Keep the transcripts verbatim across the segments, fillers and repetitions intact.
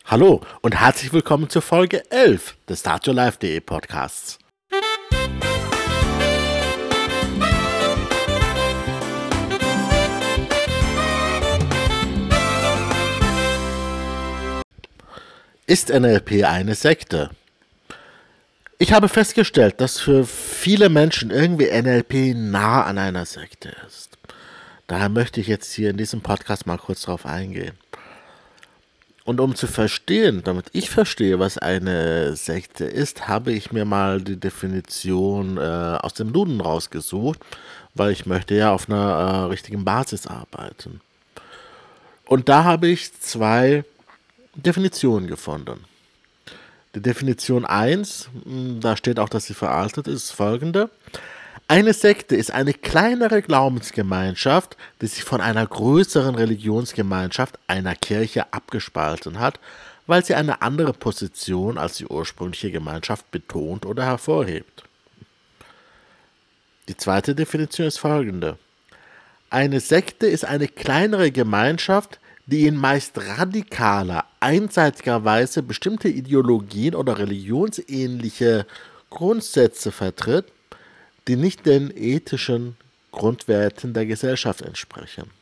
Hallo und herzlich willkommen zur Folge elf des start your life punkt de Podcasts. Ist N L P eine Sekte? Ich habe festgestellt, dass für viele Menschen irgendwie N L P nah an einer Sekte ist. Daher möchte ich jetzt hier in diesem Podcast mal kurz drauf eingehen. Und um zu verstehen, damit ich verstehe, was eine Sekte ist, habe ich mir mal die Definition äh, aus dem Duden rausgesucht, weil ich möchte ja auf einer äh, richtigen Basis arbeiten. Und da habe ich zwei Definitionen gefunden. Die Definition eins, da steht auch, dass sie veraltet ist, folgende. Eine Sekte ist eine kleinere Glaubensgemeinschaft, die sich von einer größeren Religionsgemeinschaft, einer Kirche, abgespalten hat, weil sie eine andere Position als die ursprüngliche Gemeinschaft betont oder hervorhebt. Die zweite Definition ist folgende. Eine Sekte ist eine kleinere Gemeinschaft, die in meist radikaler, einseitiger Weise bestimmte Ideologien oder religionsähnliche Grundsätze vertritt, die nicht den ethischen Grundwerten der Gesellschaft entsprechen.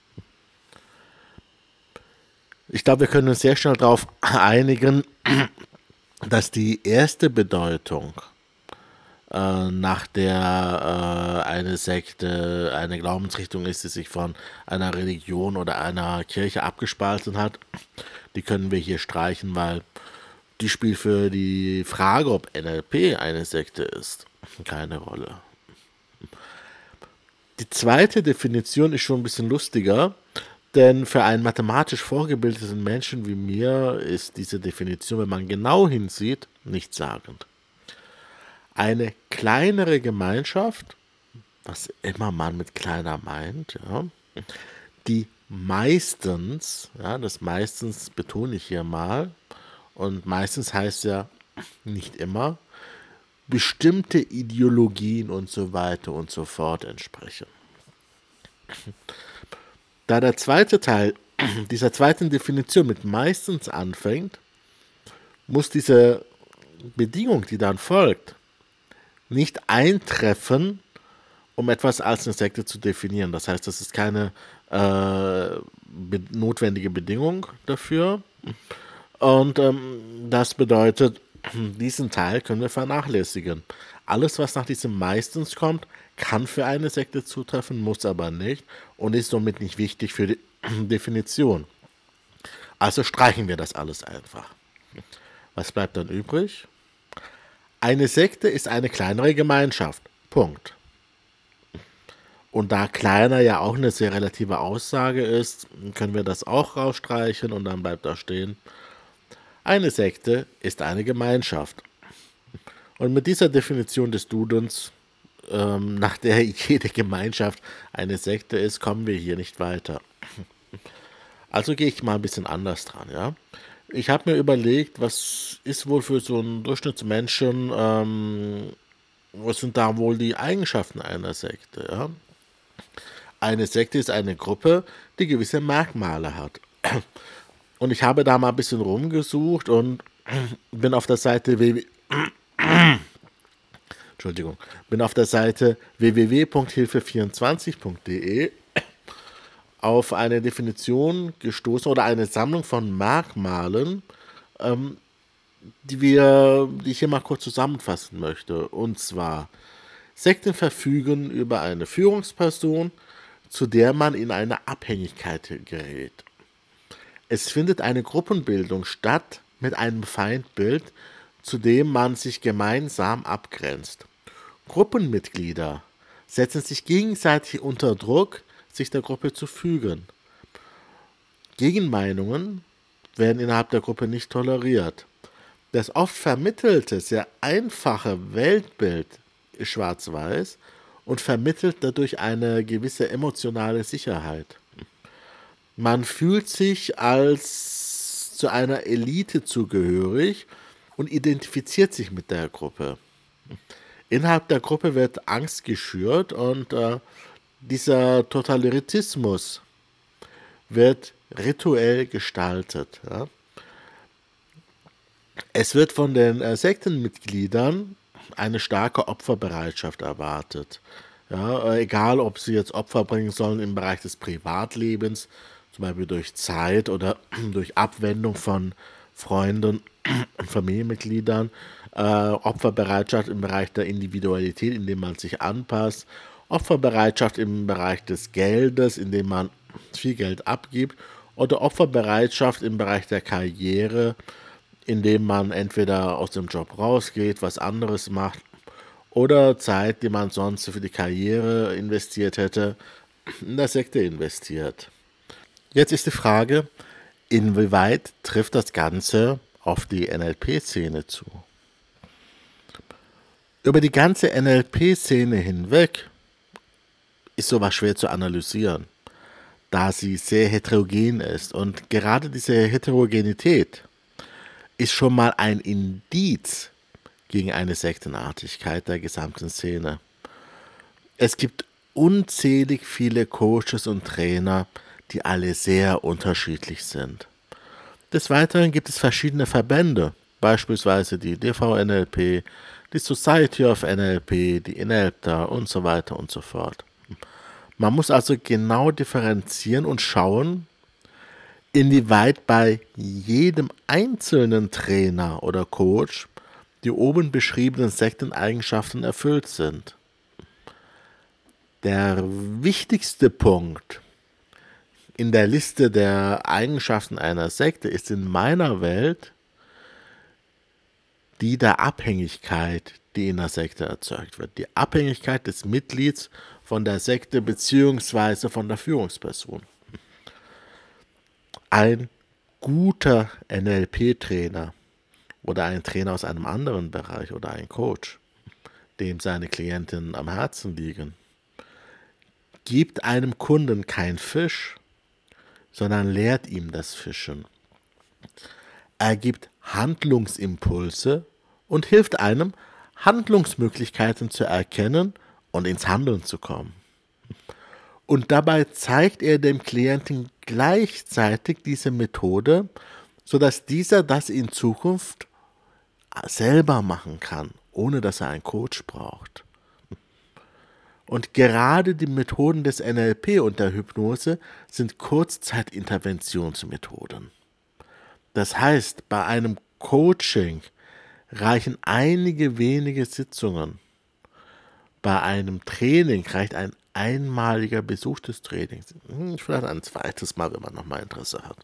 Ich glaube, wir können uns sehr schnell darauf einigen, dass die erste Bedeutung, äh, nach der äh, eine Sekte eine Glaubensrichtung ist, die sich von einer Religion oder einer Kirche abgespalten hat, die können wir hier streichen, weil die spielt für die Frage, ob N L P eine Sekte ist, keine Rolle. Die zweite Definition ist schon ein bisschen lustiger, denn für einen mathematisch vorgebildeten Menschen wie mir ist diese Definition, wenn man genau hinsieht, nichtssagend. Eine kleinere Gemeinschaft, was immer man mit kleiner meint, ja, die meistens, ja, das meistens betone ich hier mal, und meistens heißt ja nicht immer, bestimmte Ideologien und so weiter und so fort entsprechen. Da der zweite Teil dieser zweiten Definition mit meistens anfängt, muss diese Bedingung, die dann folgt, nicht eintreffen, um etwas als eine Sekte zu definieren. Das heißt, das ist keine äh, be- notwendige Bedingung dafür. Und ähm, das bedeutet, diesen Teil können wir vernachlässigen. Alles, was nach diesem meistens kommt, kann für eine Sekte zutreffen, muss aber nicht und ist somit nicht wichtig für die Definition. Also streichen wir das alles einfach. Was bleibt dann übrig? Eine Sekte ist eine kleinere Gemeinschaft. Punkt. Und da kleiner ja auch eine sehr relative Aussage ist, können wir das auch rausstreichen und dann bleibt da stehen, eine Sekte ist eine Gemeinschaft. Und mit dieser Definition des Dudens, ähm, nach der jede Gemeinschaft eine Sekte ist, kommen wir hier nicht weiter. Also gehe ich mal ein bisschen anders dran, ja. Ich habe mir überlegt, was ist wohl für so einen Durchschnittsmenschen, ähm, was sind da wohl die Eigenschaften einer Sekte, ja. Eine Sekte ist eine Gruppe, die gewisse Merkmale hat. Und ich habe da mal ein bisschen rumgesucht und bin auf der Seite w w Entschuldigung, bin auf der Seite w w w punkt hilfe vierundzwanzig punkt de auf eine Definition gestoßen oder eine Sammlung von Merkmalen, ähm, die wir, die ich hier mal kurz zusammenfassen möchte. Und zwar, Sekten verfügen über eine Führungsperson, zu der man in eine Abhängigkeit gerät. Es findet eine Gruppenbildung statt mit einem Feindbild, zu dem man sich gemeinsam abgrenzt. Gruppenmitglieder setzen sich gegenseitig unter Druck, sich der Gruppe zu fügen. Gegenmeinungen werden innerhalb der Gruppe nicht toleriert. Das oft vermittelte, sehr einfache Weltbild ist schwarz-weiß und vermittelt dadurch eine gewisse emotionale Sicherheit. Man fühlt sich als zu einer Elite zugehörig und identifiziert sich mit der Gruppe. Innerhalb der Gruppe wird Angst geschürt und äh, dieser Totalitarismus wird rituell gestaltet. Ja? Es wird von den äh, Sektenmitgliedern eine starke Opferbereitschaft erwartet. Ja, äh, egal, ob sie jetzt Opfer bringen sollen im Bereich des Privatlebens, zum Beispiel durch Zeit oder durch Abwendung von Freunden und Familienmitgliedern, äh, Opferbereitschaft im Bereich der Individualität, indem man sich anpasst, Opferbereitschaft im Bereich des Geldes, indem man viel Geld abgibt, oder Opferbereitschaft im Bereich der Karriere, indem man entweder aus dem Job rausgeht, was anderes macht, oder Zeit, die man sonst für die Karriere investiert hätte, in der Sekte investiert. Jetzt ist die Frage, inwieweit trifft das Ganze auf die N L P-Szene zu? Über die ganze N L P-Szene hinweg ist sowas schwer zu analysieren, da sie sehr heterogen ist. Und gerade diese Heterogenität ist schon mal ein Indiz gegen eine Sektenartigkeit der gesamten Szene. Es gibt unzählig viele Coaches und Trainer, die alle sehr unterschiedlich sind. Des Weiteren gibt es verschiedene Verbände, beispielsweise die D V N L P, die Society of N L P, die INELPTA und so weiter und so fort. Man muss also genau differenzieren und schauen, inwieweit bei jedem einzelnen Trainer oder Coach die oben beschriebenen Sekteneigenschaften erfüllt sind. Der wichtigste Punkt in der Liste der Eigenschaften einer Sekte ist in meiner Welt die der Abhängigkeit, die in der Sekte erzeugt wird. Die Abhängigkeit des Mitglieds von der Sekte bzw. von der Führungsperson. Ein guter N L P-Trainer oder ein Trainer aus einem anderen Bereich oder ein Coach, dem seine Klientinnen am Herzen liegen, gibt einem Kunden kein Fisch, sondern lehrt ihm das Fischen. Er gibt Handlungsimpulse und hilft einem, Handlungsmöglichkeiten zu erkennen und ins Handeln zu kommen. Und dabei zeigt er dem Klienten gleichzeitig diese Methode, sodass dieser das in Zukunft selber machen kann, ohne dass er einen Coach braucht. Und gerade die Methoden des N L P und der Hypnose sind Kurzzeitinterventionsmethoden. Das heißt, bei einem Coaching reichen einige wenige Sitzungen. Bei einem Training reicht ein einmaliger Besuch des Trainings. Vielleicht ein zweites Mal, wenn man nochmal Interesse hat.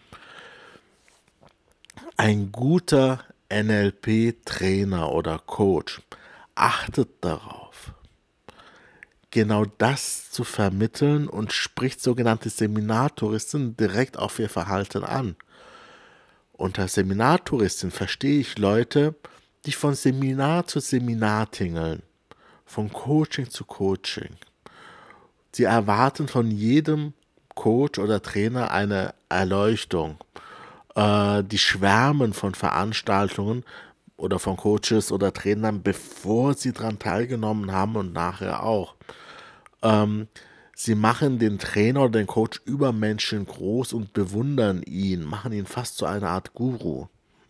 Ein guter N L P-Trainer oder Coach achtet darauf, genau das zu vermitteln und spricht sogenannte Seminartouristen direkt auf ihr Verhalten an. Unter Seminartouristen verstehe ich Leute, die von Seminar zu Seminar tingeln, von Coaching zu Coaching. Sie erwarten von jedem Coach oder Trainer eine Erleuchtung. Äh, die schwärmen von Veranstaltungen oder von Coaches oder Trainern, bevor sie daran teilgenommen haben und nachher auch. Ähm, Sie machen den Trainer oder den Coach über Menschen groß und bewundern ihn, machen ihn fast zu einer Art Guru.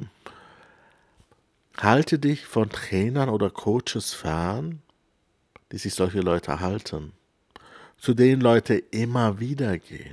Halte dich von Trainern oder Coaches fern, die sich solche Leute halten, zu denen Leute immer wieder gehen.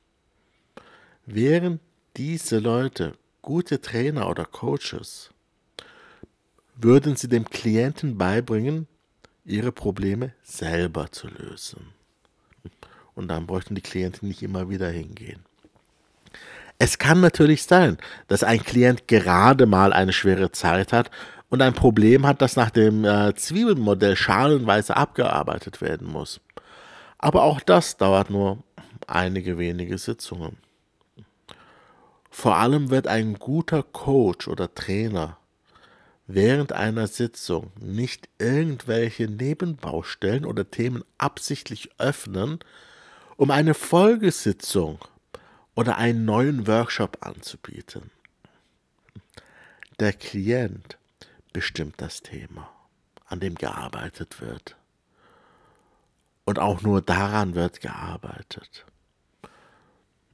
Wären diese Leute gute Trainer oder Coaches, würden sie dem Klienten beibringen, ihre Probleme selber zu lösen. Und dann bräuchten die Klienten nicht immer wieder hingehen. Es kann natürlich sein, dass ein Klient gerade mal eine schwere Zeit hat und ein Problem hat, das nach dem äh, Zwiebelmodell schalenweise abgearbeitet werden muss. Aber auch das dauert nur einige wenige Sitzungen. Vor allem wird ein guter Coach oder Trainer während einer Sitzung nicht irgendwelche Nebenbaustellen oder Themen absichtlich öffnen, um eine Folgesitzung oder einen neuen Workshop anzubieten. Der Klient bestimmt das Thema, an dem gearbeitet wird. Und auch nur daran wird gearbeitet.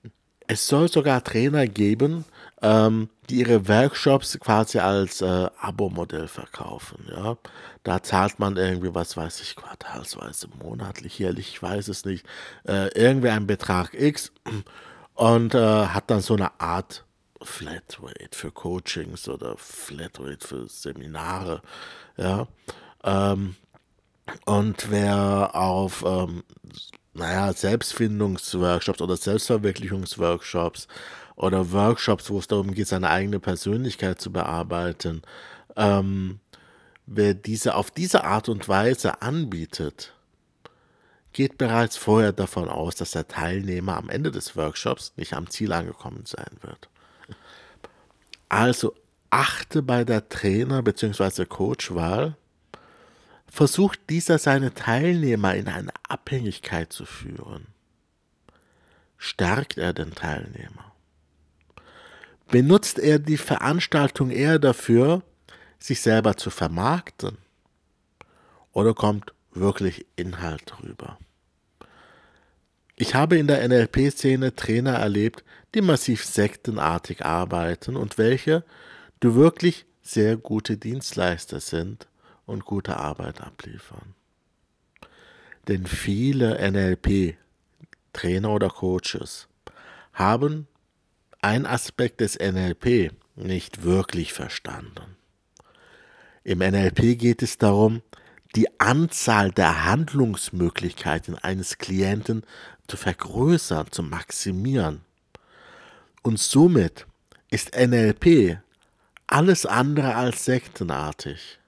Es soll sogar Trainer geben, ähm, die ihre Workshops quasi als äh, Abo-Modell verkaufen. Ja? Da zahlt man irgendwie, was weiß ich, quartalsweise, monatlich, jährlich, ich weiß es nicht, äh, irgendwie einen Betrag X und äh, hat dann so eine Art Flatrate für Coachings oder Flatrate für Seminare. Ja? Ähm, und wer auf, ähm, naja, Selbstfindungsworkshops oder Selbstverwirklichungsworkshops oder Workshops, wo es darum geht, seine eigene Persönlichkeit zu bearbeiten, ähm, wer diese auf diese Art und Weise anbietet, geht bereits vorher davon aus, dass der Teilnehmer am Ende des Workshops nicht am Ziel angekommen sein wird. Also achte bei der Trainer- bzw. Coachwahl. Versucht dieser seine Teilnehmer in eine Abhängigkeit zu führen? Stärkt er den Teilnehmer? Benutzt er die Veranstaltung eher dafür, sich selber zu vermarkten? Oder kommt wirklich Inhalt rüber? Ich habe in der N L P-Szene Trainer erlebt, die massiv sektenartig arbeiten und welche, die wirklich sehr gute Dienstleister sind und gute Arbeit abliefern. Denn viele N L P-Trainer oder Coaches haben einen Aspekt des N L P nicht wirklich verstanden. Im N L P geht es darum, die Anzahl der Handlungsmöglichkeiten eines Klienten zu vergrößern, zu maximieren. Und somit ist N L P alles andere als sektenartig.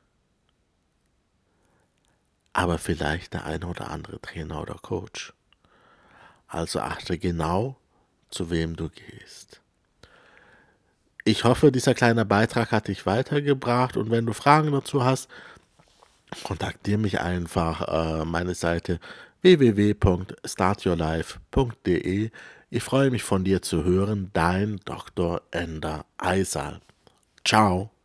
Aber vielleicht der eine oder andere Trainer oder Coach. Also achte genau, zu wem du gehst. Ich hoffe, dieser kleine Beitrag hat dich weitergebracht und wenn du Fragen dazu hast, kontaktiere mich einfach. Äh, meine Seite w w w punkt start your life punkt d e. Ich freue mich von dir zu hören. Dein Doktor Ender Eisal. Ciao.